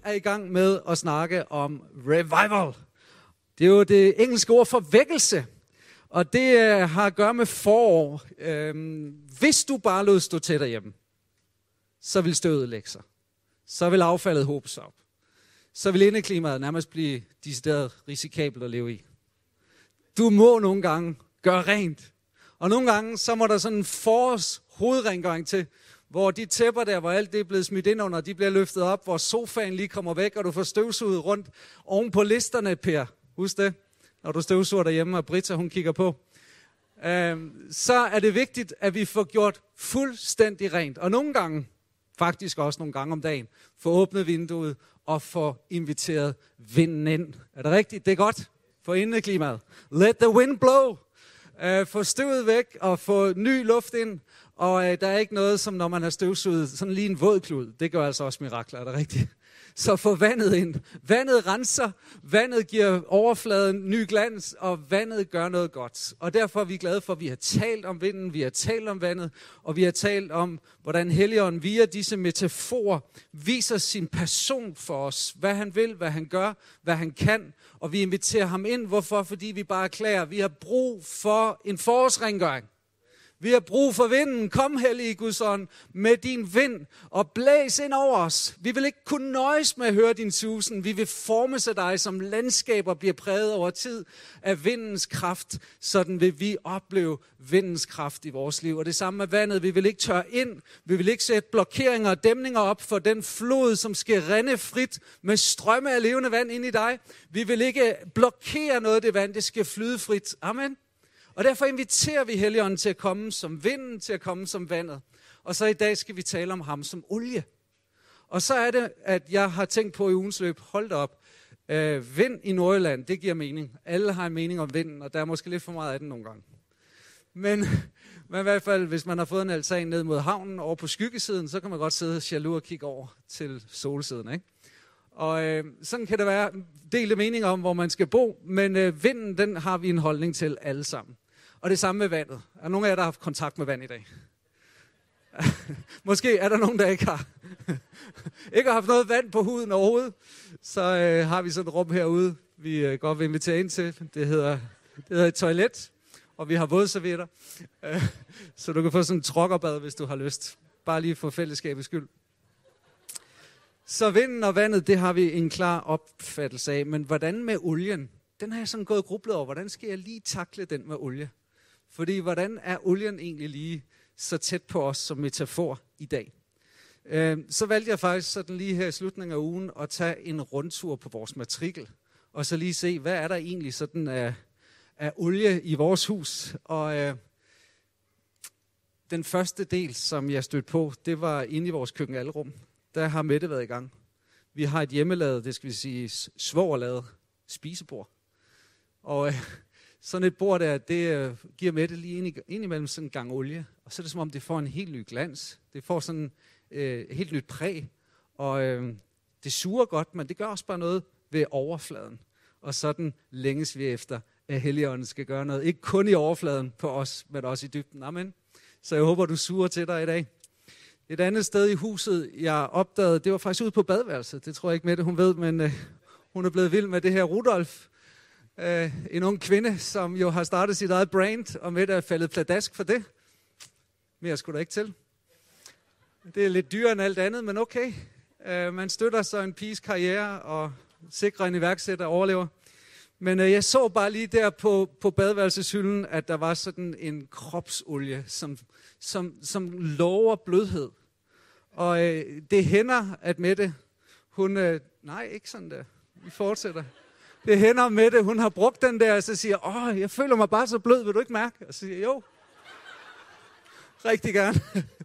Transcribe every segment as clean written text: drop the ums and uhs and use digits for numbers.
er i gang med at snakke om revival. Det er jo det engelske ord for vækkelse, og det har at gøre med forår. Hvis du bare lod stå til derhjemme, så vil støvet lægge sig. Så vil affaldet hobe sig op. Så vil indeklimaet nærmest blive decideret risikabelt at leve i. Du må nogle gange gøre rent. Og nogle gange, så må der sådan en forårs hovedrengøring til, hvor de tæpper der, hvor alt det er blevet smidt ind under, de bliver løftet op, hvor sofaen lige kommer væk, og du får støvsuget rundt oven på listerne, Per. Husk det, når du støvsuger derhjemme, og Britta, hun kigger på. Så er det vigtigt, at vi får gjort fuldstændig rent. Og nogle gange, faktisk også nogle gange om dagen, få åbnet vinduet og få inviteret vinden ind. Er det rigtigt? Det er godt for indeklimaet. Let the wind blow. Få støvet væk og få ny luft ind. Og der er ikke noget, som når man har støvsuget sådan lige en våd klud. Det gør altså også mirakler, er det rigtigt? Så få vandet ind. Vandet renser, vandet giver overfladen ny glans, og vandet gør noget godt. Og derfor er vi glade for, at vi har talt om vinden, vi har talt om vandet, og vi har talt om, hvordan Helligånden via disse metaforer viser sin person for os. Hvad han vil, hvad han gør, hvad han kan. Og vi inviterer ham ind. Hvorfor? Fordi vi bare erklærer, at vi har brug for en forårsrengøring. Vi har brug for vinden. Kom, hellige Guds ånd, med din vind og blæs ind over os. Vi vil ikke kunne nøjes med at høre din susen. Vi vil forme sig dig, som landskaber bliver præget over tid af vindens kraft. Sådan vil vi opleve vindens kraft i vores liv. Og det samme med vandet. Vi vil ikke tørre ind. Vi vil ikke sætte blokeringer og dæmninger op for den flod, som skal rinde frit med strømme af levende vand ind i dig. Vi vil ikke blokere noget af det vand. Det skal flyde frit. Amen. Og derfor inviterer vi Helligånden til at komme som vinden, til at komme som vandet. Og så i dag skal vi tale om ham som olie. Og så er det, at jeg har tænkt på i ugens løb, hold da op, vind i Nordjylland, det giver mening. Alle har en mening om vinden, og der er måske lidt for meget af den nogle gange. Men i hvert fald, hvis man har fået en altan ned mod havnen over på skyggesiden, så kan man godt sidde jaloux og kigge over til solsiden, ikke? Og sådan kan det være delte meninger om, hvor man skal bo, men vinden, den har vi en holdning til alle sammen. Og det samme med vandet. Er nogle af jer, der har haft kontakt med vand i dag? Måske er der nogen, der ikke har. Ikke har haft noget vand på huden overhovedet. Så har vi sådan et rum herude, vi godt vil invitere ind til. Det hedder et toilet, og vi har vådservietter. Så du kan få sådan en trokkerbad, hvis du har lyst. Bare lige for fællesskabets skyld. Så vinden og vandet, det har vi en klar opfattelse af. Men hvordan med olien? Den har jeg sådan gået og grublet over. Hvordan skal jeg lige takle den med olie? Fordi hvordan er olien egentlig lige så tæt på os som metafor i dag? Så valgte jeg faktisk sådan lige her i slutningen af ugen at tage en rundtur på vores matrikel. Og så lige se, hvad er der egentlig sådan af olie i vores hus? Og den første del, som jeg stødte på, det var inde i vores køkkenalrum. Der har Mette været i gang. Vi har et hjemmelavet, det skal vi sige, svogerlavet spisebord. Og sådan et bord der, det giver Mette lige ind imellem sådan en gang olie. Og så er det som om, det får en helt ny glans. Det får sådan helt nyt præg. Og det suger godt, men det gør også bare noget ved overfladen. Og sådan længes vi efter, at Helligånden skal gøre noget. Ikke kun i overfladen på os, men også i dybden. Amen. Så jeg håber, du suger til dig i dag. Et andet sted i huset, jeg opdagede, det var faktisk ude på badeværelset. Det tror jeg ikke Mette, hun ved, men hun er blevet vild med det her Rudolf. En ung kvinde, som jo har startet sit eget brand, og Mette er faldet pladask for det. Mere skulle der ikke til. Det er lidt dyrere end alt andet, men okay. Man støtter så en piges karriere og sikrer en iværksætter overlever. Men jeg så bare lige der på badeværelseshylden, at der var sådan en kropsolie, som lover blødhed. Og det hænder, at Mette, hun... nej, ikke sådan der. Vi fortsætter. Det hænder Mette, hun har brugt den der, og så siger, jeg føler mig bare så blød, vil du ikke mærke? Og så siger jo, rigtig gerne.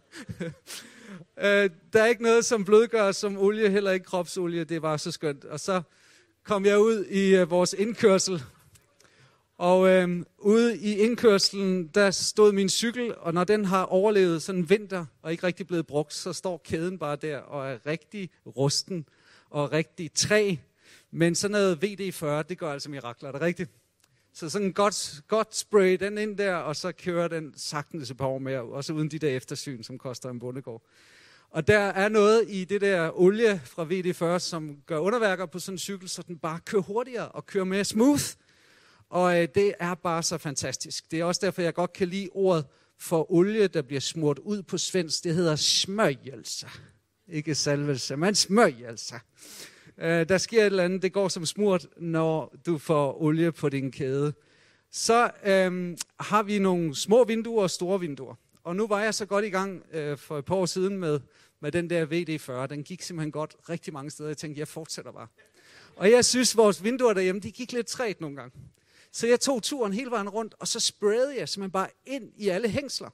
Der er ikke noget, som blødgør som olie, heller ikke kropsolie, det var så skønt. Og så kom jeg ud i vores indkørsel, og ude i indkørselen, der stod min cykel, og når den har overlevet sådan en vinter, og ikke rigtig blevet brugt, så står kæden bare der, og er rigtig rusten, og rigtig træ. Men sådan noget VD40, det gør altså mirakler, er det rigtigt? Så sådan en godt spray den ind der, og så kører den sagtens et par år mere, også uden de der eftersyn, som koster en bondegård. Og der er noget i det der olie fra VD40, som gør underværker på sådan en cykel, så den bare kører hurtigere og kører mere smooth. Og det er bare så fantastisk. Det er også derfor, jeg godt kan lide ordet for olie, der bliver smurt ud på svensk. Det hedder smørjelse. Ikke salvelse, men smørjelse. Der sker et eller andet, det går som smurt, når du får olie på din kæde. Så har vi nogle små vinduer og store vinduer. Og nu var jeg så godt i gang for et par år siden med den der VD40. Den gik simpelthen godt rigtig mange steder. Jeg tænkte, jeg fortsætter bare. Og jeg synes, vores vinduer derhjemme, de gik lidt træt nogle gange. Så jeg tog turen hele vejen rundt, og så sprayede jeg simpelthen bare ind i alle hængsler.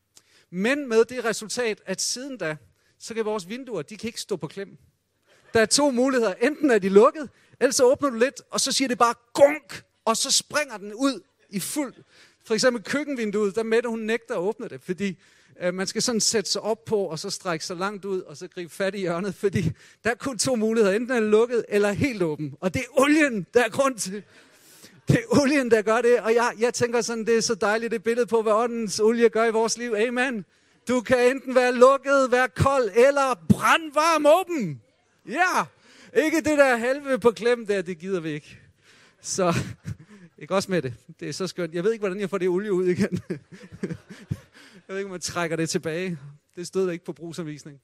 Men med det resultat, at siden da, så kan vores vinduer, de kan ikke stå på klem. Der er 2 muligheder. Enten er de lukket, ellers så åbner du lidt, og så siger det bare gunk, og så springer den ud i fuld. For eksempel køkkenvinduet, der Mette, hun nægter at åbne det, fordi man skal sådan sætte sig op på, og så strække sig langt ud, og så gribe fat i hjørnet, fordi der er kun 2 muligheder. Enten er det lukket, eller helt åben. Og det er olien, der er grund til. Det er olien, der gør det, og jeg tænker sådan, det er så dejligt det billede på, hvad åndens olie gør i vores liv. Amen. Du kan enten være lukket, være kold, eller brandvarm åben. Ja, ikke det der halve på klem der, det gider vi ikke. Så, ikke også med det. Det er så skønt. Jeg ved ikke, hvordan jeg får det olie ud igen. Jeg ved ikke, om man trækker det tilbage. Det stod der ikke på brugsanvisning.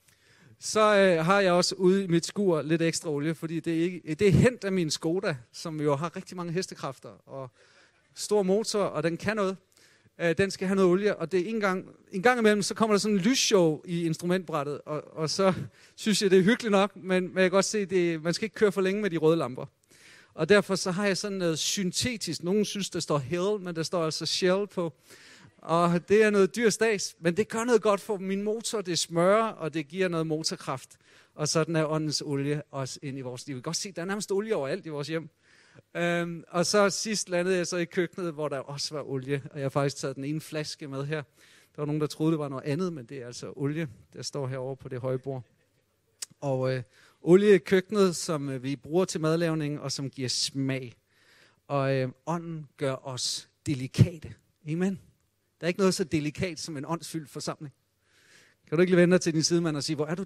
Så har jeg også ude i mit skur lidt ekstra olie, fordi det er hent af min Skoda, som jo har rigtig mange hestekræfter og stor motor, og den kan noget. Den skal have noget olie, og det er en gang imellem, så kommer der sådan en lysshow i instrumentbrættet, og så synes jeg, det er hyggeligt nok, men jeg kan godt se, man skal ikke køre for længe med de røde lamper. Og derfor så har jeg sådan noget syntetisk. Nogen synes, der står Hell, men der står altså Shell på. Og det er noget dyr stads, men det gør noget godt for min motor. Det smører, og det giver noget motorkraft. Og sådan er åndens olie også ind i vores liv. Vi kan godt se, der er nærmest olie overalt i vores hjem. Og så sidst landede jeg så i køkkenet, hvor der også var olie. Og jeg har faktisk taget den ene flaske med her. Der var nogen, der troede, det var noget andet, men det er altså olie, der står herovre på det høje bord. Og olie i køkkenet, som vi bruger til madlavning, og som giver smag. Og ånden gør os delikate. Amen. Der er ikke noget så delikat som en åndsfyldt forsamling. Kan du ikke lige vende dig til din sidemand og sige, hvor er du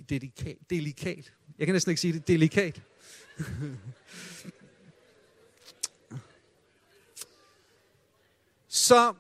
delikat? Jeg kan næsten ikke sige det. Delikat. Så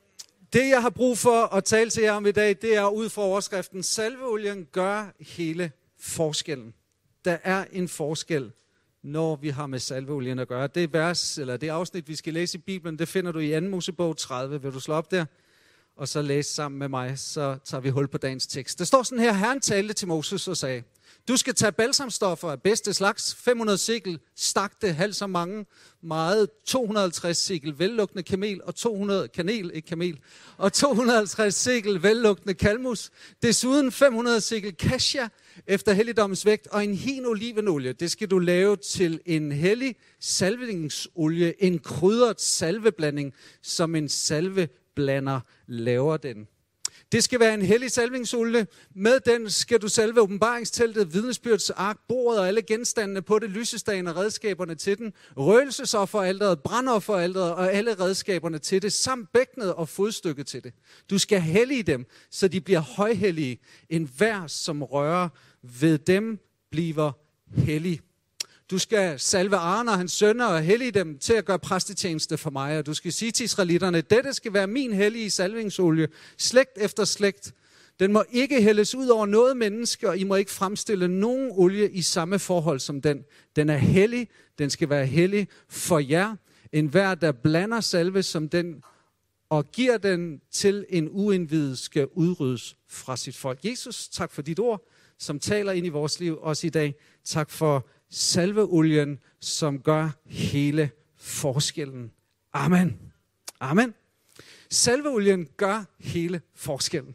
det, jeg har brug for at tale til jer om i dag, det er ud fra overskriften, salveolien gør hele forskellen. Der er en forskel, når vi har med salveolien at gøre. Det vers, eller det afsnit, vi skal læse i Bibelen, det finder du i 2. Mosebog 30. Vil du slå op der? Og så læse sammen med mig, så tager vi hul på dagens tekst. Der står sådan her, Herren talte til Moses og sagde, du skal tage balsamstoffer af bedste slags, 500 sikkel, stakte halvt så mange, meget 250 sikkel vellugtende kamel, og 200 kanel, ikke kamel, og 250 sikkel vellugtende kalmus, desuden 500 sikkel kassia efter helligdommens vægt, og en hin olivenolie. Det skal du lave til en hellig salvingsolie, en krydret salveblanding, som en salveblander laver den. Det skal være en hellig salvingsolie. Med den skal du salve åbenbaringsteltet, vidnesbyrdsark, bordet og alle genstandene på det, lysestagen og redskaberne til den, røgelsesofferalteret, brandofferalteret og alle redskaberne til det, samt bækkenet og fodstykket til det. Du skal hellige dem, så de bliver højhellige. Enhver, som rører ved dem, bliver hellig. Du skal salve Aaron og hans sønner og hellige dem til at gøre præstetjeneste for mig. Og du skal sige til israelitterne, dette skal være min hellige salvingsolie, slægt efter slægt. Den må ikke hældes ud over noget menneske, og I må ikke fremstille nogen olie i samme forhold som den. Den er hellig, den skal være hellig for jer. Enhver, der blander salve som den og giver den til en uindviet, skal udryddes fra sit folk. Jesus, tak for dit ord, som taler ind i vores liv også i dag. Tak for salveolien, som gør hele forskellen. Amen. Amen. Salveolien gør hele forskellen.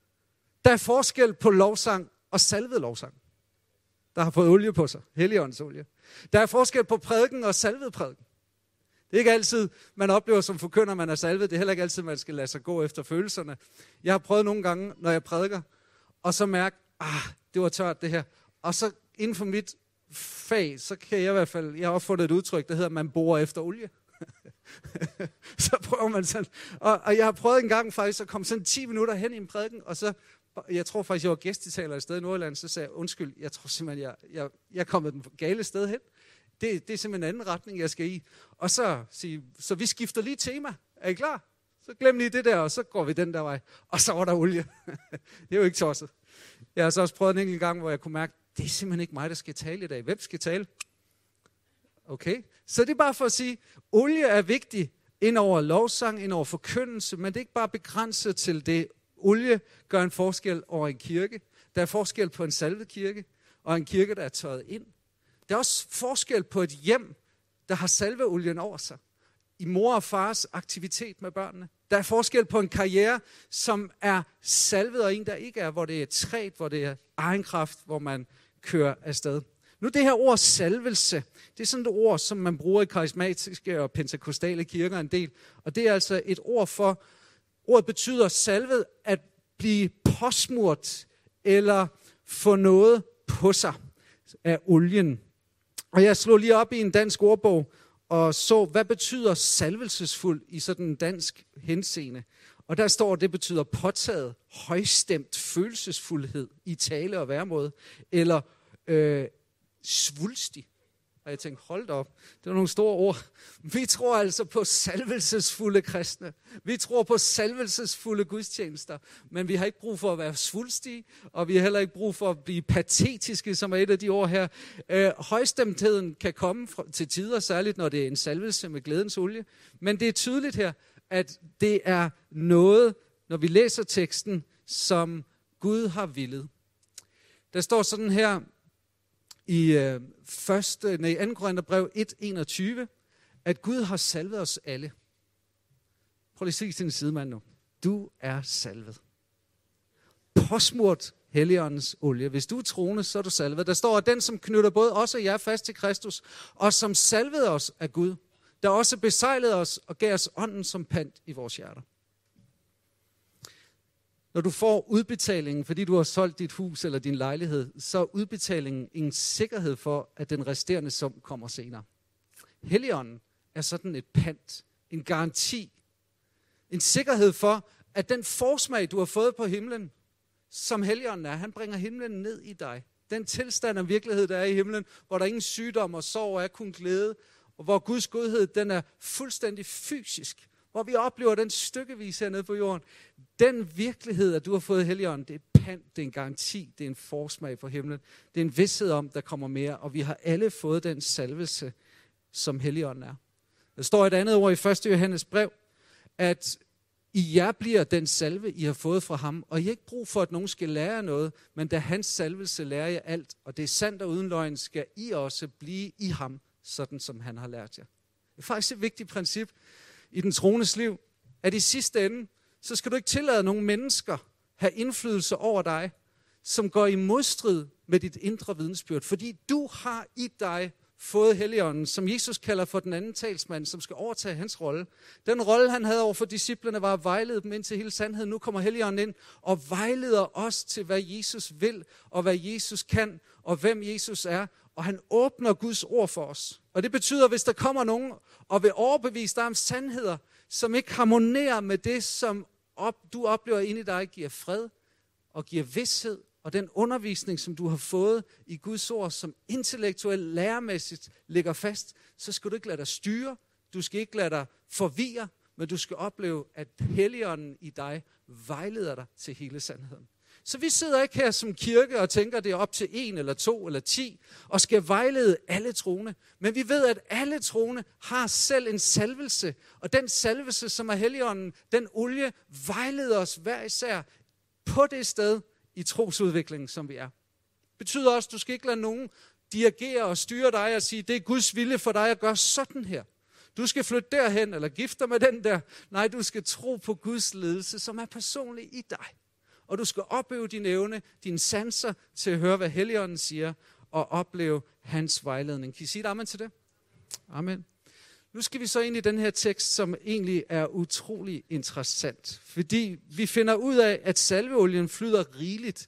Der er forskel på lovsang og salvet lovsang, der har fået olie på sig. Helligåndsolie. Der er forskel på prædiken og salvet prædiken. Det er ikke altid, man oplever som forkynder, man er salvet. Det er heller ikke altid, man skal lade sig gå efter følelserne. Jeg har prøvet nogle gange, når jeg prædiker, og så mærke, det var tørt det her. Og så inden for mit fag, så kan jeg i hvert fald, jeg har opfundet et udtryk, der hedder, man borer efter olie. Så prøver man sådan. Og jeg har prøvet en gang faktisk at komme sådan 10 minutter hen i en prædiken, og så Jeg tror faktisk, jeg var gæstetaler et sted i Nordjylland, så sagde jeg, undskyld, jeg tror simpelthen, jeg er kommet den gale sted hen. Det er simpelthen en anden retning, jeg skal i. Og så sige, så vi skifter lige tema. Er I klar? Så glem lige det der, og så går vi den der vej. Og så var der olie. Det er jo ikke tosset. Jeg har så også prøvet en enkelt gang, hvor jeg kunne mærke, det er simpelthen ikke mig, der skal tale i dag. Hvem skal tale? Okay, så det er bare for at sige, olie er vigtig ind over lovsang, ind over forkyndelse, men det er ikke bare begrænset til det. Olie gør en forskel over en kirke. Der er forskel på en salvet kirke, og en kirke, der er tørret ind. Der er også forskel på et hjem, der har salveolien over sig. I mor og fars aktivitet med børnene. Der er forskel på en karriere, som er salvet, og en, der ikke er, hvor det er træt, hvor det er egen kraft, hvor man kører afsted. Nu det her ord salvelse, det er sådan et ord, som man bruger i karismatiske og pentekostale kirker en del. Og det er altså et ord for, ordet betyder salvet at blive påsmurt eller få noget på sig af olien. Og jeg slog lige op i en dansk ordbog og så, hvad betyder salvelsesfuld i sådan en dansk henseende. Og der står, at det betyder påtaget, højstemt følelsesfuldhed i tale og væremåde, eller svulstig. Og jeg tænkte, hold da op, det var nogle store ord. Vi tror altså på salvelsesfulde kristne. Vi tror på salvelsesfulde gudstjenester. Men vi har ikke brug for at være svulstige, og vi har heller ikke brug for at blive patetiske, som er et af de ord her. Højstemtheden kan komme til tider, særligt når det er en salvelse med glædens olie. Men det er tydeligt her, at det er noget, når vi læser teksten, som Gud har villet. Der står sådan her, i 2. Korintherbrev 1:21, at Gud har salvet os alle. Prøv lige at se til din sidemand nu. Du er salvet. Påsmurt Helligåndens olie. Hvis du er troende, så er du salvet. Der står, at den, som knytter både os og jer fast til Kristus, og som salvede os af Gud, der også besejlede os og gav os ånden som pant i vores hjerter. Når du får udbetalingen, fordi du har solgt dit hus eller din lejlighed, så er udbetalingen en sikkerhed for, at den resterende sum kommer senere. Helligånden er sådan et pant, en garanti, en sikkerhed for, at den forsmag, du har fået på himlen, som Helligånden er, han bringer himlen ned i dig. Den tilstand af virkelighed, der er i himlen, hvor der ingen sygdom og sorg er, kun glæde, og hvor Guds godhed, den er fuldstændig fysisk, hvor vi oplever den stykkevis hernede på jorden. Den virkelighed, at du har fået Helligånden, det er pant, det er en garanti, det er en forsmag for himlen. Det er en vished om, der kommer mere, og vi har alle fået den salvelse, som Helligånden er. Der står et andet ord i 1. Johannes brev, at i jer bliver den salve, I har fået fra ham, og I har ikke brug for, at nogen skal lære noget, men da hans salvelse lærer jer alt, og det er sandt og uden løgn, skal I også blive i ham, sådan som han har lært jer. Det er faktisk et vigtigt princip i den troendes liv, at i sidste ende, så skal du ikke tillade nogen mennesker have indflydelse over dig, som går i modstrid med dit indre vidensbyrd. Fordi du har i dig fået Helligånden, som Jesus kalder for den anden talsmand, som skal overtage hans rolle. Den rolle, han havde over for disciplene, var at vejlede dem ind til hele sandheden. Nu kommer Helligånden ind og vejleder os til, hvad Jesus vil, og hvad Jesus kan, og hvem Jesus er. Og han åbner Guds ord for os. Og det betyder, at hvis der kommer nogen og vil overbevise dig om sandheder, som ikke harmonerer med det, som du oplever inde i dig, giver fred og giver vished, og den undervisning, som du har fået i Guds ord, som intellektuelt, læremæssigt ligger fast, så skal du ikke lade dig styre, du skal ikke lade dig forvirre, men du skal opleve, at Helligånden i dig vejleder dig til hele sandheden. Så vi sidder ikke her som kirke og tænker, det er op til 1 eller 2 eller 10, og skal vejlede alle troende. Men vi ved, at alle troende har selv en salvelse, og den salvelse, som er Helligånden, den olie, vejleder os hver især på det sted i trosudviklingen, som vi er. Det betyder også, at du skal ikke lade nogen dirigere og styre dig og sige, det er Guds vilje for dig at gøre sådan her. Du skal flytte derhen, eller gifte dig med den der. Nej, du skal tro på Guds ledelse, som er personlig i dig. Og du skal opøve din evne, dine sanser til at høre, hvad Helligånden siger, og opleve hans vejledning. Kan I sige et amen til det? Amen. Nu skal vi så ind i den her tekst, som egentlig er utrolig interessant. Fordi vi finder ud af, at salveolien flyder rigeligt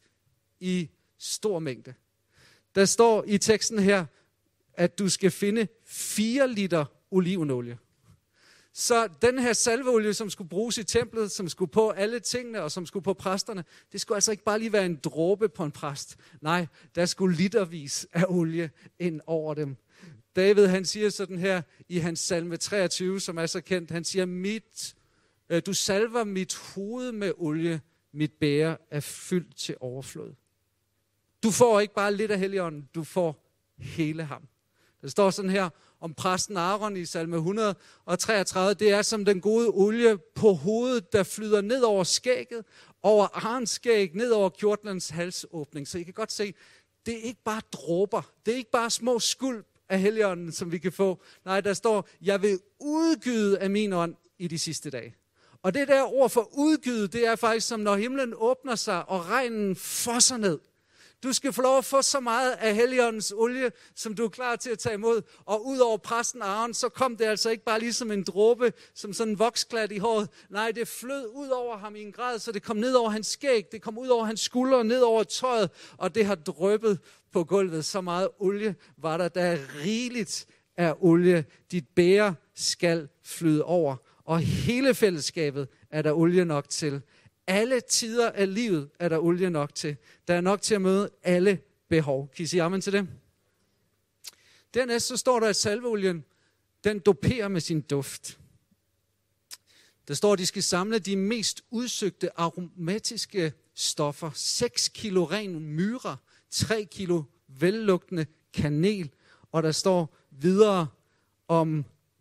i stor mængde. Der står i teksten her, at du skal finde 4 liter olivenolie. Så den her salveolie, som skulle bruges i templet, som skulle på alle tingene, og som skulle på præsterne, det skulle altså ikke bare lige være en dråbe på en præst. Nej, der skulle litervis af olie ind over dem. David, han siger sådan her i hans salme 23, som er så kendt, han siger, du salver mit hoved med olie, mit bæger er fyldt til overflod. Du får ikke bare lidt af Helligånden, du får hele ham. Der står sådan her om præsten Aaron i salme 133, det er som den gode olie på hovedet, der flyder ned over skægget, over Aarons skæg, ned over kjortlens halsåbning. Så I kan godt se, det er ikke bare dråber, det er ikke bare små skulp af Helligånden, som vi kan få. Nej, der står, jeg vil udgyde af min ånd i de sidste dage. Og det der ord for udgyde, det er faktisk som når himlen åbner sig, og regnen fosser ned. Du skal få lov at få så meget af Helligåndens olie, som du er klar til at tage imod. Og ud over præsten Aaron, så kom det altså ikke bare ligesom en dråbe, som sådan en voksklat i håret. Nej, det flød ud over ham i en grad, så det kom ned over hans skæg, det kom ud over hans skuldre, ned over tøjet, og det har dryppet på gulvet. Så meget olie var der er rigeligt af olie. Dit bæger skal flyde over, og hele fællesskabet er der olie nok til. Alle tider af livet er der olie nok til. Der er nok til at møde alle behov. Kan I sige amen til det? Dernæst så står der, at salveolien, den doperer med sin duft. Der står, at de skal samle de mest udsøgte aromatiske stoffer. 6 kilo ren myre, 3 kilo vellugtende kanel. Og der står videre om,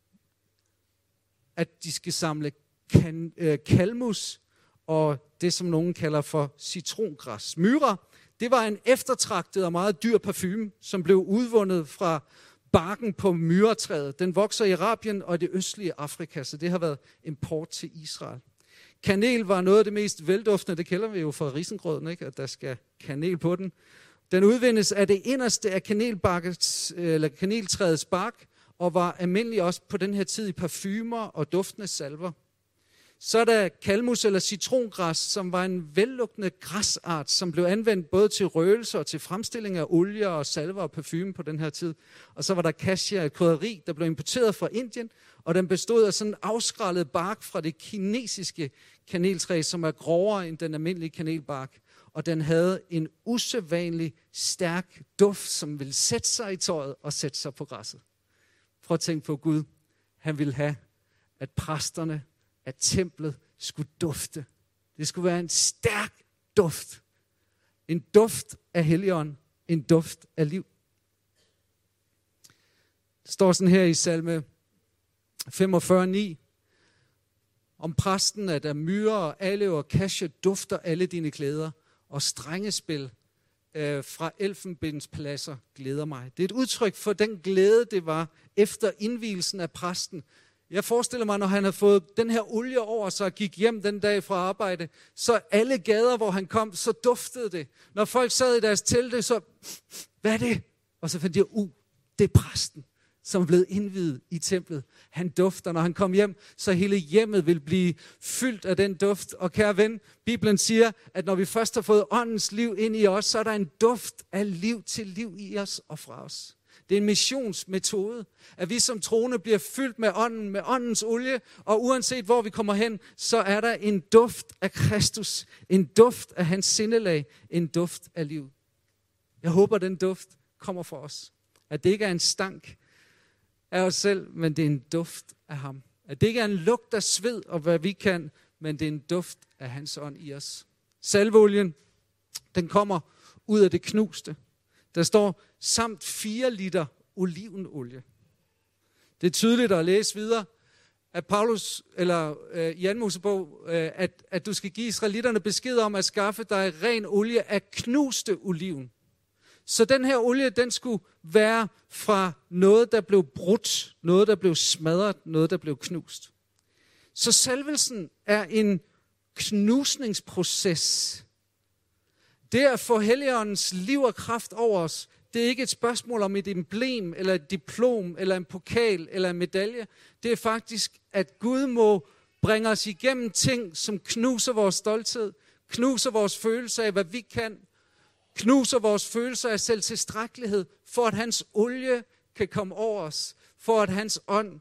at de skal samle kalmus, og det, som nogen kalder for citrongræs. Myre, det var en eftertragtet og meget dyr parfume, som blev udvundet fra barken på myretræet. Den vokser i Arabien og det østlige Afrika, så det har været import til Israel. Kanel var noget af det mest velduftende, det kender vi jo fra risengrøden, ikke? At der skal kanel på den. Den udvindes af det inderste af kaneltræets bark, og var almindelig også på den her tid i parfumer og duftende salver. Så er der kalmus eller citrongræs, som var en vellugtende græsart, som blev anvendt både til røgelse og til fremstilling af olie og salver og parfume på den her tid. Og så var der cassia, et krydderi, der blev importeret fra Indien, og den bestod af sådan en afskrællet bark fra det kinesiske kaneltræ, som er grovere end den almindelige kanelbark. Og den havde en usædvanlig stærk duft, som ville sætte sig i tøjet og sætte sig på græsset. Prøv at tænke på Gud. Han ville have, at præsterne, at templet skulle dufte. Det skulle være en stærk duft. En duft af Helligånden. En duft af liv. Det står sådan her i salme 45:9. Om præsten, at af myre og aloe og kasje dufter alle dine klæder, og strengespil fra elfenbenspladser glæder mig. Det er et udtryk for den glæde, det var efter indvielsen af præsten. Jeg forestiller mig, når han havde fået den her olie over sig og gik hjem den dag fra arbejde, så alle gader, hvor han kom, så duftede det. Når folk sad i deres telte, så, hvad er det? Og så fandt de, det er præsten, som er blevet indviet i templet. Han dufter, når han kom hjem, så hele hjemmet vil blive fyldt af den duft. Og kære ven, Bibelen siger, at når vi først har fået åndens liv ind i os, så er der en duft af liv til liv i os og fra os. Det er en missionsmetode, at vi som troende bliver fyldt med ånden, med åndens olie, og uanset hvor vi kommer hen, så er der en duft af Kristus, en duft af hans sindelag, en duft af liv. Jeg håber, den duft kommer for os. At det ikke er en stank af os selv, men det er en duft af ham. At det ikke er en lugt af sved og hvad vi kan, men det er en duft af hans ånd i os. Salveolien, den kommer ud af det knuste. Der står samt 4 liter olivenolie. Det er tydeligt at læse videre, at Paulus, eller i 2. Mosebog, at du skal give israelitterne besked om at skaffe dig ren olie af knuste oliven. Så den her olie, den skulle være fra noget, der blev brudt, noget, der blev smadret, noget, der blev knust. Så salvelsen er en knusningsproces. Det at få Helligåndens liv og kraft over os, det er ikke et spørgsmål om et emblem, eller et diplom, eller en pokal, eller en medalje. Det er faktisk, at Gud må bringe os igennem ting, som knuser vores stolthed, knuser vores følelse af, hvad vi kan, knuser vores følelse af selvtilstrækkelighed, for at hans olie kan komme over os, for at hans ånd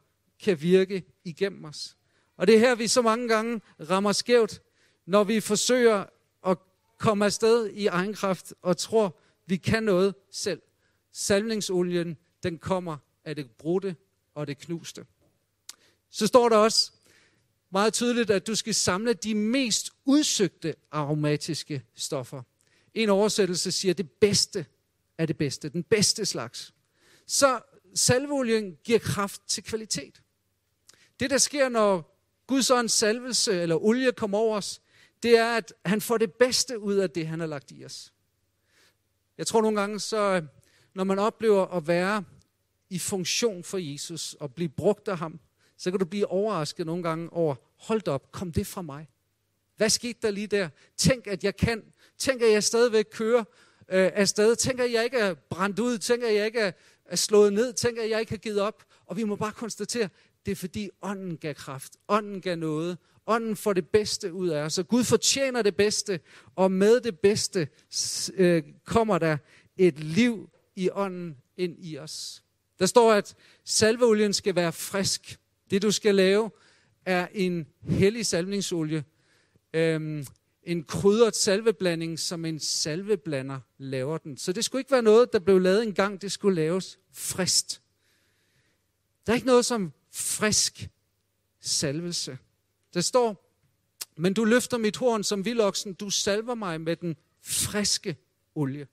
kan virke igennem os. Og det er her, vi så mange gange rammer skævt, når vi forsøger at komme afsted i egen kraft og tror, vi kan noget selv. Salvningsolien, den kommer af det brudte og det knuste. Så står der også meget tydeligt, at du skal samle de mest udsøgte aromatiske stoffer. En oversættelse siger, det bedste er det bedste, den bedste slags. Så salveolien giver kraft til kvalitet. Det, der sker, når Guds ånds salvelse eller olie kommer over os, det er, at han får det bedste ud af det, han har lagt i os. Jeg tror nogle gange, så når man oplever at være i funktion for Jesus og blive brugt af ham, så kan du blive overrasket nogle gange over, hold op, kom det fra mig? Hvad skete der lige der? Tænk, at jeg kan. Tænk, at jeg stadigvæk kører afsted. Tænk, at jeg ikke er brændt ud. Tænk, at jeg ikke er slået ned. Tænk, at jeg ikke har givet op. Og vi må bare konstatere, det er fordi ånden gav kraft. Ånden gav noget. Ånden får det bedste ud af os. Så Gud fortjener det bedste, og med det bedste kommer der et liv i ånden ind i os. Der står, at salveolien skal være frisk. Det du skal lave er en hellig salvningsolie. En krydret salveblanding, som en salveblander laver den. Så det skulle ikke være noget, der blev lavet en gang. Det skulle laves frist. Der er ikke noget som frisk salvelse. Der står, men du løfter mit horn som vildoksen, du salver mig med den friske olie.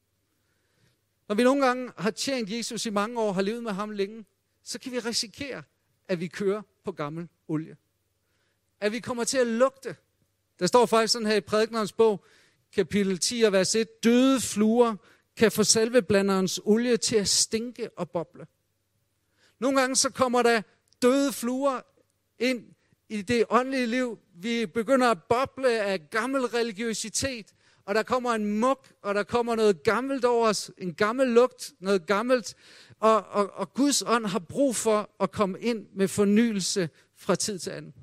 Når vi nogle gange har tjent Jesus i mange år, har levet med ham længe, så kan vi risikere, at vi kører på gammel olie. At vi kommer til at lugte. Der står faktisk sådan her i Prædikenernes bog, kapitel 10 og vers 1, døde fluer kan få salveblanderens olie til at stinke og boble. Nogle gange så kommer der døde fluer ind i det åndelige liv. Vi begynder at boble af gammel religiøsitet, og der kommer en mug, og der kommer noget gammelt over os, en gammel lugt, noget gammelt, og Guds ånd har brug for at komme ind med fornyelse fra tid til anden.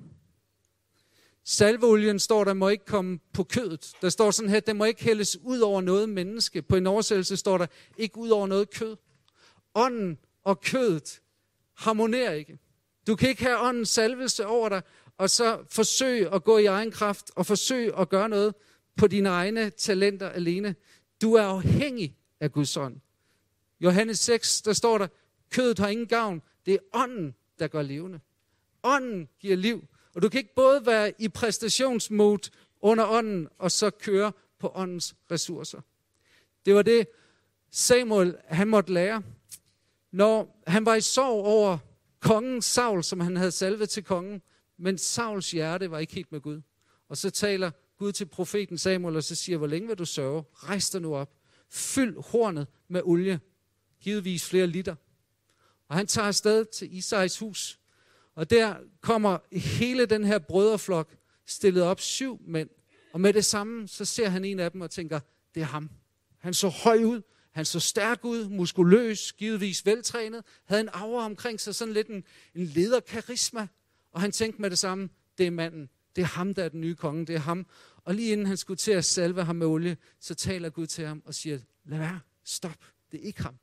Salveolien står, der må ikke komme på kødet. Der står sådan her, der må ikke hældes ud over noget menneske. På en oversættelse står der, ikke ud over noget kød. Ånden og kødet harmonerer ikke. Du kan ikke have åndens salvelse over dig, og så forsøge at gå i egen kraft, og forsøge at gøre noget på dine egne talenter alene. Du er afhængig af Guds ånd. Johannes 6, der står der, kødet har ingen gavn. Det er ånden, der gør levende. Ånden giver liv. Og du kan ikke både være i præstationsmode under ånden, og så køre på åndens ressourcer. Det var det, Samuel han måtte lære. Når han var i sorg over kongen Saul, som han havde salvet til kongen, men Sauls hjerte var ikke helt med Gud. Og så taler Gud til profeten Samuel, og så siger, hvor længe vil du sørge? Rejs dig nu op. Fyld hornet med olie. Givetvis flere liter. Og han tager afsted til Isais hus. Og der kommer hele den her brødreflok stillet op 7 mænd. Og med det samme, så ser han en af dem og tænker, det er ham. Han så høj ud, han så stærk ud, muskuløs, givetvis veltrænet, havde en aura omkring sig, sådan lidt en lederkarisma. Og han tænkte med det samme, det er manden, det er ham, der er den nye konge, det er ham. Og lige inden han skulle til at salve ham med olie, så taler Gud til ham og siger, lad være, stop, det er ikke ham.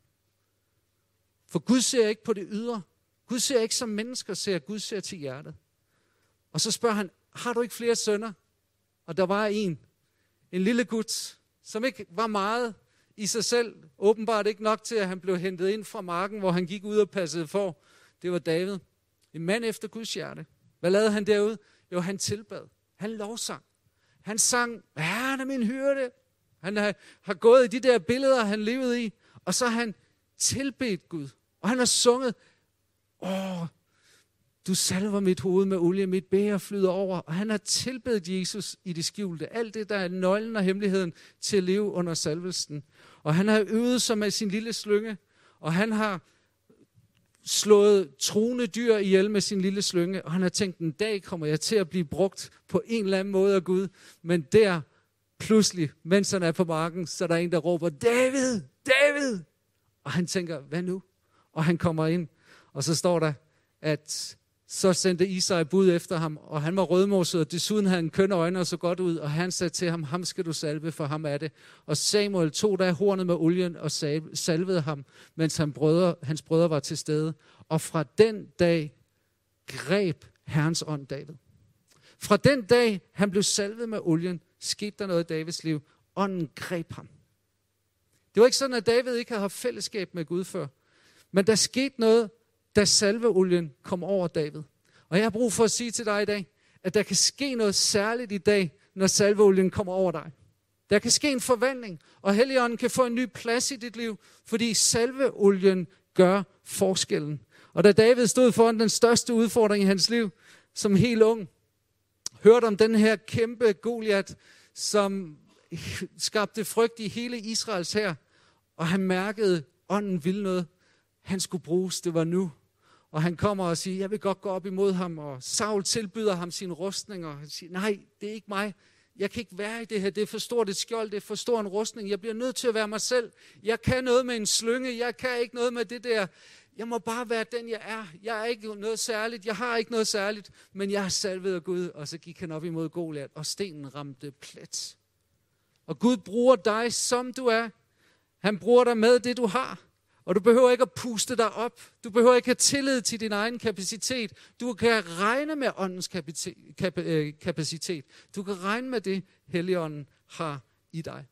For Gud ser ikke på det ydre. Gud ser ikke som mennesker ser, Gud ser til hjertet. Og så spørger han, har du ikke flere sønner? Og der var en lille gut, som ikke var meget i sig selv. Åbenbart ikke nok til, at han blev hentet ind fra marken, hvor han gik ud og passede får. Det var David. En mand efter Guds hjerte. Hvad lavede han derude? Jo, han tilbad. Han lovsang. Han sang, Herren er min hyrde. Han har gået i de der billeder, han levede i. Og så har han tilbedt Gud. Og han har sunget, du salver mit hoved med olie, mit bæger flyder over. Og han har tilbedt Jesus i det skjulte. Alt det, der er nøglen og hemmeligheden til at leve under salvelsen. Og han har øvet sig med sin lille slynge. Og han har slået truende dyr ihjel med sin lille slynge. Og han har tænkt, en dag kommer jeg til at blive brugt på en eller anden måde af Gud. Men der pludselig, mens han er på marken, så er der en, der råber, David, David! Og han tænker, hvad nu? Og han kommer ind. Og så står der, at så sendte Isai bud efter ham, og han var rødmoset, og desuden havde han kønne øjne og så godt ud, og han sagde til ham, ham skal du salve, for ham er det. Og Samuel tog der hornet med olien og salvede ham, mens hans brødre var til stede. Og fra den dag greb Herrens ånd David. Fra den dag, han blev salvet med olien, skete der noget i Davids liv. Ånden greb ham. Det var ikke sådan, at David ikke havde haft fællesskab med Gud før. Men der skete noget, da salveolien kom over David. Og jeg har brug for at sige til dig i dag, at der kan ske noget særligt i dag, når salveolien kommer over dig. Der kan ske en forvandling, og Helligånden kan få en ny plads i dit liv, fordi salveolien gør forskellen. Og da David stod foran den største udfordring i hans liv, som helt ung, hørte om den her kæmpe Goliat, som skabte frygt i hele Israels hær, og han mærkede, ånden ville noget. Han skulle bruges, det var nu. Og han kommer og siger, jeg vil godt gå op imod ham, og Saul tilbyder ham sine rustninger, og han siger, nej, det er ikke mig. Jeg kan ikke være i det her, det er for stort et skjold, det er for stor en rustning. Jeg bliver nødt til at være mig selv. Jeg kan noget med en slynge, jeg kan ikke noget med det der. Jeg må bare være den, jeg er. Jeg er ikke noget særligt, jeg har ikke noget særligt, men jeg er salvet af Gud. Og så gik han op imod Goliat, og stenen ramte plet. Og Gud bruger dig, som du er. Han bruger dig med det, du har. Og du behøver ikke at puste dig op. Du behøver ikke have tillid til din egen kapacitet. Du kan regne med åndens kapacitet. Du kan regne med det, Helligånden har i dig.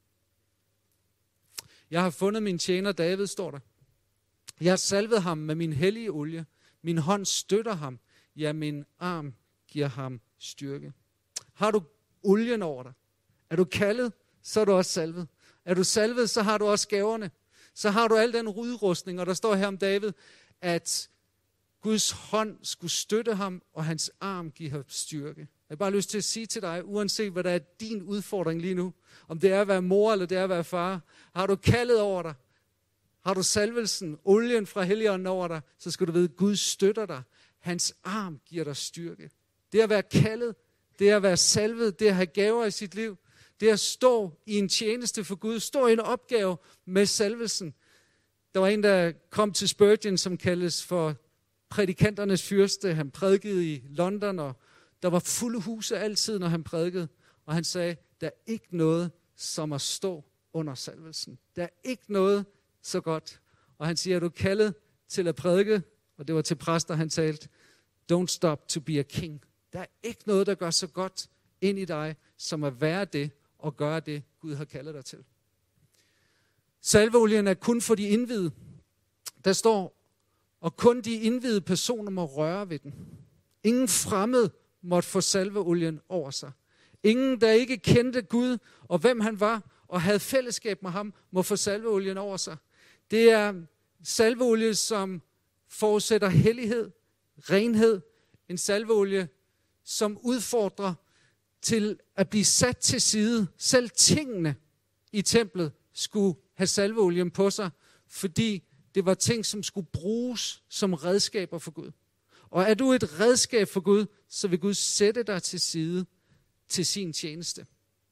Jeg har fundet min tjener David, står der. Jeg har salvet ham med min hellige olie. Min hånd støtter ham. Ja, min arm giver ham styrke. Har du olien over dig? Er du kaldet, så er du også salvet. Er du salvet, så har du også gaverne. Så har du al den udrustning, og der står her om David, at Guds hånd skulle støtte ham, og hans arm give ham styrke. Jeg har bare lyst til at sige til dig, uanset hvad der er din udfordring lige nu, om det er at være mor eller det er at være far, har du kaldet over dig, har du salvelsen, olien fra Helligånden over dig, så skal du vide, at Gud støtter dig. Hans arm giver dig styrke. Det at være kaldet, det at være salvet, det at have gaver i sit liv, det at stå i en tjeneste for Gud, stå i en opgave med salvelsen. Der var en, der kom til Spurgeon, som kaldes for prædikanternes fyrste. Han prædikede i London, og der var fulde huse altid, når han prædikede. Og han sagde, der er ikke noget som at stå under salvelsen. Der er ikke noget så godt. Og han siger, er du kaldet til at prædike? Og det var til præster, han talte. Don't stop to be a king. Der er ikke noget, der gør så godt ind i dig, som at være det, og gøre det, Gud har kaldet dig til. Salveolien er kun for de indvidede. Der står, og kun de indvidede personer må røre ved den. Ingen fremmed måtte få salveolien over sig. Ingen, der ikke kendte Gud og hvem han var, og havde fællesskab med ham, må få salveolien over sig. Det er salveolie, som forudsætter hellighed, renhed. En salveolie, som udfordrer til at blive sat til side. Selv tingene i templet skulle have salveolien på sig, fordi det var ting, som skulle bruges som redskaber for Gud. Og er du et redskab for Gud, så vil Gud sætte dig til side til sin tjeneste.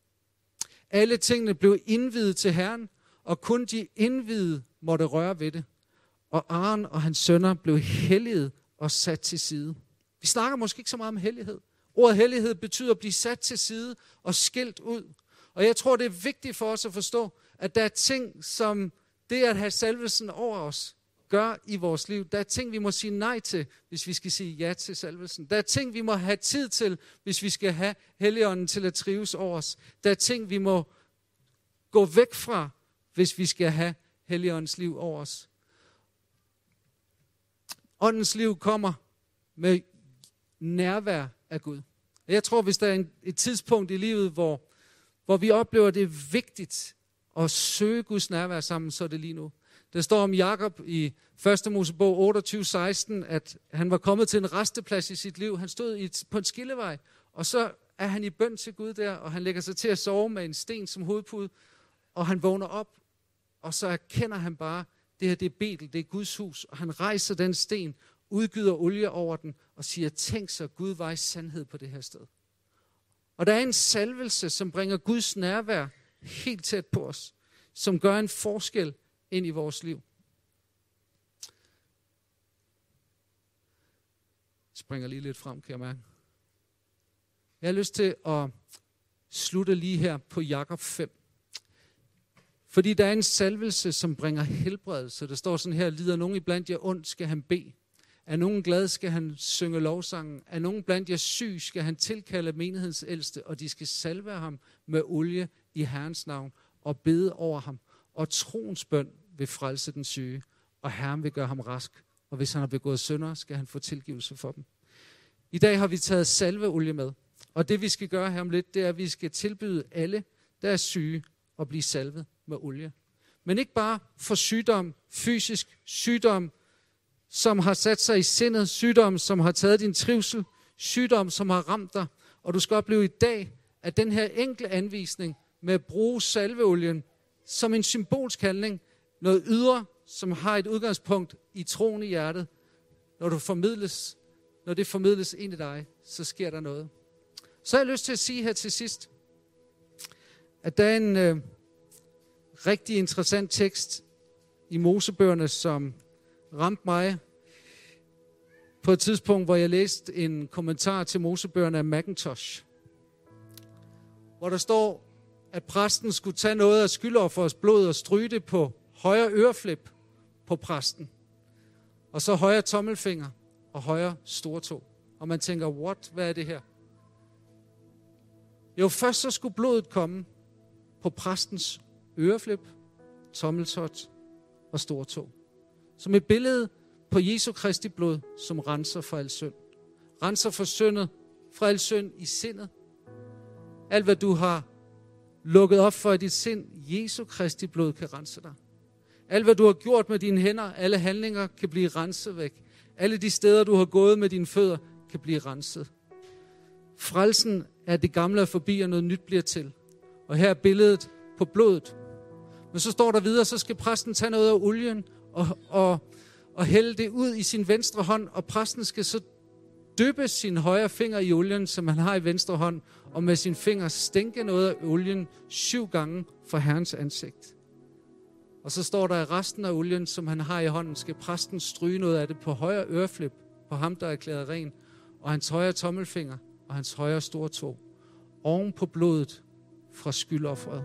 Alle tingene blev indviet til Herren, og kun de indviede måtte røre ved det. Og Aaron og hans sønner blev helliget og sat til side. Vi snakker måske ikke så meget om hellighed. Ordet hellighed betyder at blive sat til side og skilt ud. Og jeg tror, det er vigtigt for os at forstå, at der er ting, som det at have salvelsen over os, gør i vores liv. Der er ting, vi må sige nej til, hvis vi skal sige ja til salvelsen. Der er ting, vi må have tid til, hvis vi skal have Helligånden til at trives over os. Der er ting, vi må gå væk fra, hvis vi skal have Helligåndens liv over os. Åndens liv kommer med nærvær af Gud. Jeg tror, hvis der er et tidspunkt i livet, hvor vi oplever, at det er vigtigt at søge Guds nærvær sammen, så er det lige nu. Der står om Jakob i 1. Mosebog 28:16, at han var kommet til en resteplads i sit liv. Han stod på en skillevej, og så er han i bøn til Gud der, og han lægger sig til at sove med en sten som hovedpude, og han vågner op, og så erkender han bare, det her det er Betel, det er Guds hus, og han rejser den sten, udgyder olie over den, og siger, tænk så, Gud var i sandhed på det her sted. Og der er en salvelse, som bringer Guds nærvær helt tæt på os, som gør en forskel ind i vores liv. Jeg springer lige lidt frem, kan jeg mærke. Jeg har lyst til at slutte lige her på Jakob 5. Fordi der er en salvelse, som bringer helbredelse. Der står sådan her, lider nogen iblandt jer ondt, skal han bede. Er nogen glad, skal han synge lovsangen. Er nogen blandt jer syg, skal han tilkalde menighedens ældste, og de skal salve ham med olie i Herrens navn og bede over ham. Og troens bøn vil frelse den syge, og Herren vil gøre ham rask. Og hvis han har begået synder, skal han få tilgivelse for dem. I dag har vi taget salveolie med, og det vi skal gøre her om lidt, det er, at vi skal tilbyde alle, der er syge, at blive salvet med olie. Men ikke bare for sygdom, fysisk sygdom, som har sat sig i sindet, sygdom, som har taget din trivsel, sygdom, som har ramt dig. Og du skal opleve i dag, at den her enkle anvisning med at bruge salveolien som en symbolsk handling, noget ydre, som har et udgangspunkt i troen i hjertet, når det formidles ind i dig, så sker der noget. Så har jeg lyst til at sige her til sidst, at der er en rigtig interessant tekst i Mosebøgerne, som ramte mig på et tidspunkt, hvor jeg læste en kommentar til Mosebøgerne af Macintosh, hvor der står, at præsten skulle tage noget af skyldofferets blod og stryge det på højre øreflip på præsten, og så højre tommelfinger og højre stortå. Og man tænker, what? Hvad er det her? Jo, først så skulle blodet komme på præstens øreflip, tommeltot og stortå. Som et billede på Jesu Kristi blod, som renser for al synd. Renser for syndet, fra al synd i sindet. Alt hvad du har lukket op for i dit sind, Jesu Kristi blod kan rense dig. Alt hvad du har gjort med dine hænder, alle handlinger kan blive renset væk. Alle de steder du har gået med dine fødder kan blive renset. Frelsen er det gamle er forbi, og noget nyt bliver til. Og her er billedet på blodet. Men så står der videre, så skal præsten tage noget af olien og hælde det ud i sin venstre hånd, og præsten skal så dyppe sin højre finger i olien, som han har i venstre hånd, og med sin finger stænke noget af olien 7 gange for Herrens ansigt. Og så står der, at resten af olien, som han har i hånden, skal præsten stryge noget af det på højre øreflip, på ham, der er erklæret ren, og hans højre tommelfinger og hans højre stortå, oven på blodet fra skyldofferet.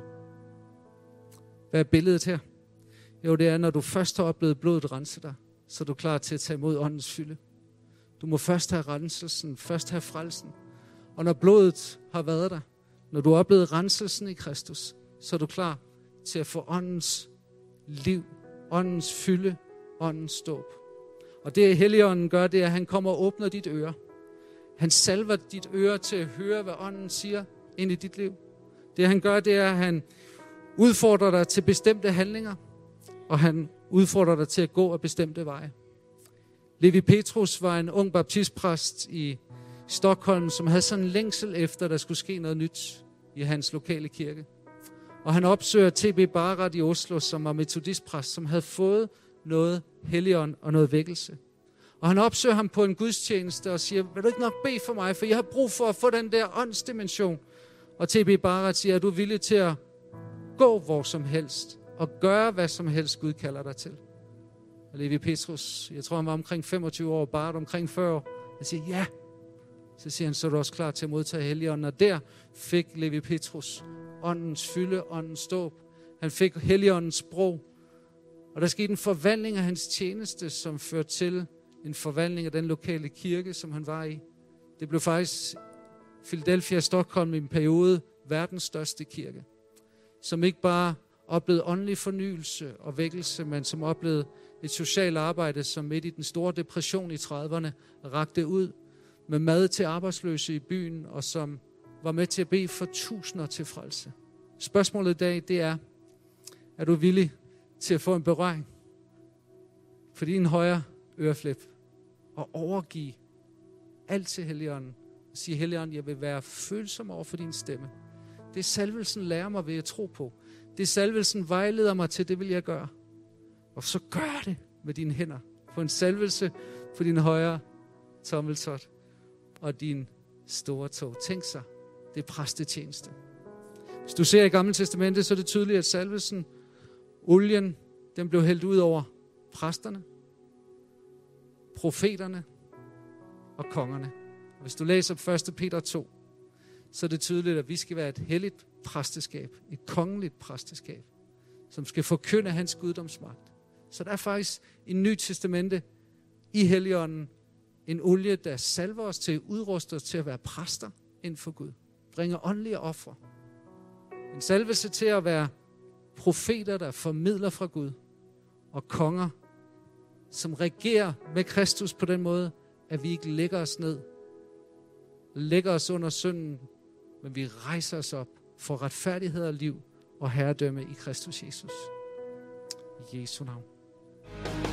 Hvad er billedet her? Jo, det er, når du først har oplevet blodet rense dig, så er du klar til at tage imod åndens fylde. Du må først have renselsen, først have frelsen. Og når blodet har været der, når du har oplevet renselsen i Kristus, så er du klar til at få åndens liv, åndens fylde, åndens dåb. Og det Helligånden gør, det er, at han kommer og åbner dit øre. Han salver dit øre til at høre, hvad ånden siger ind i dit liv. Det han gør, det er, at han udfordrer dig til bestemte handlinger, og han udfordrer dig til at gå af bestemte veje. Levi Petrus var en ung baptistpræst i Stockholm, som havde sådan en længsel efter, at der skulle ske noget nyt i hans lokale kirke. Og han opsøger T.B. Barrat i Oslo, som var metodistpræst, som havde fået noget helligånd og noget vækkelse. Og han opsøger ham på en gudstjeneste og siger, vil du ikke nok bede for mig, for jeg har brug for at få den der åndsdimension. Og T.B. Barrat siger, er du villig til at gå hvor som helst og gøre hvad som helst Gud kalder dig til? Og Levi Petrus, jeg tror han var omkring 25 år, Barrat omkring 40 år. Han siger, ja. Så siger han, så er du også klar til at modtage Helligånden. Og der fik Levi Petrus åndens fylde, åndens dåb. Han fik Helligåndens sprog. Og der skete en forvandling af hans tjeneste, som førte til en forvandling af den lokale kirke, som han var i. Det blev faktisk Philadelphia og Stockholm i en periode verdens største kirke, som ikke bare oplevede åndelig fornyelse og vækkelse, men som oplevede et socialt arbejde, som midt i den store depression i 30'erne rakte ud med mad til arbejdsløse i byen, og som var med til at bede for tusinder til frelse. Spørgsmålet i dag, det er du villig til at få en berøring for din højre øreflip og overgive alt til Helligånden og sige, Helligånden, jeg vil være følsom over for din stemme. Det salvelsen lærer mig ved at tro på. Det salvelsen vejleder mig til, det vil jeg gøre. Og så gør det med dine hænder. Få en salvelse på din højre tommeltot og din store tå. Tænk sig, det er præstetjeneste. Hvis du ser i Gamle Testamentet, så er det tydeligt, at salvelsen, olien, den blev hældt ud over præsterne, profeterne og kongerne. Hvis du læser 1. Peter 2, så er det tydeligt, at vi skal være et helligt præsteskab, et kongeligt præsteskab, som skal forkynde hans guddomsmagt. Så der er faktisk i Nyt Testamente i Helligånden En olie, der salver os til, udruster os til at være præster inden for Gud. Bringer åndelige ofre. En salvelse til at være profeter, der formidler fra Gud. Og konger, som regerer med Kristus på den måde, at vi ikke lægger os ned, lægger os under synden, men vi rejser os op for retfærdighed og liv og herredømme i Kristus Jesus. I Jesu navn.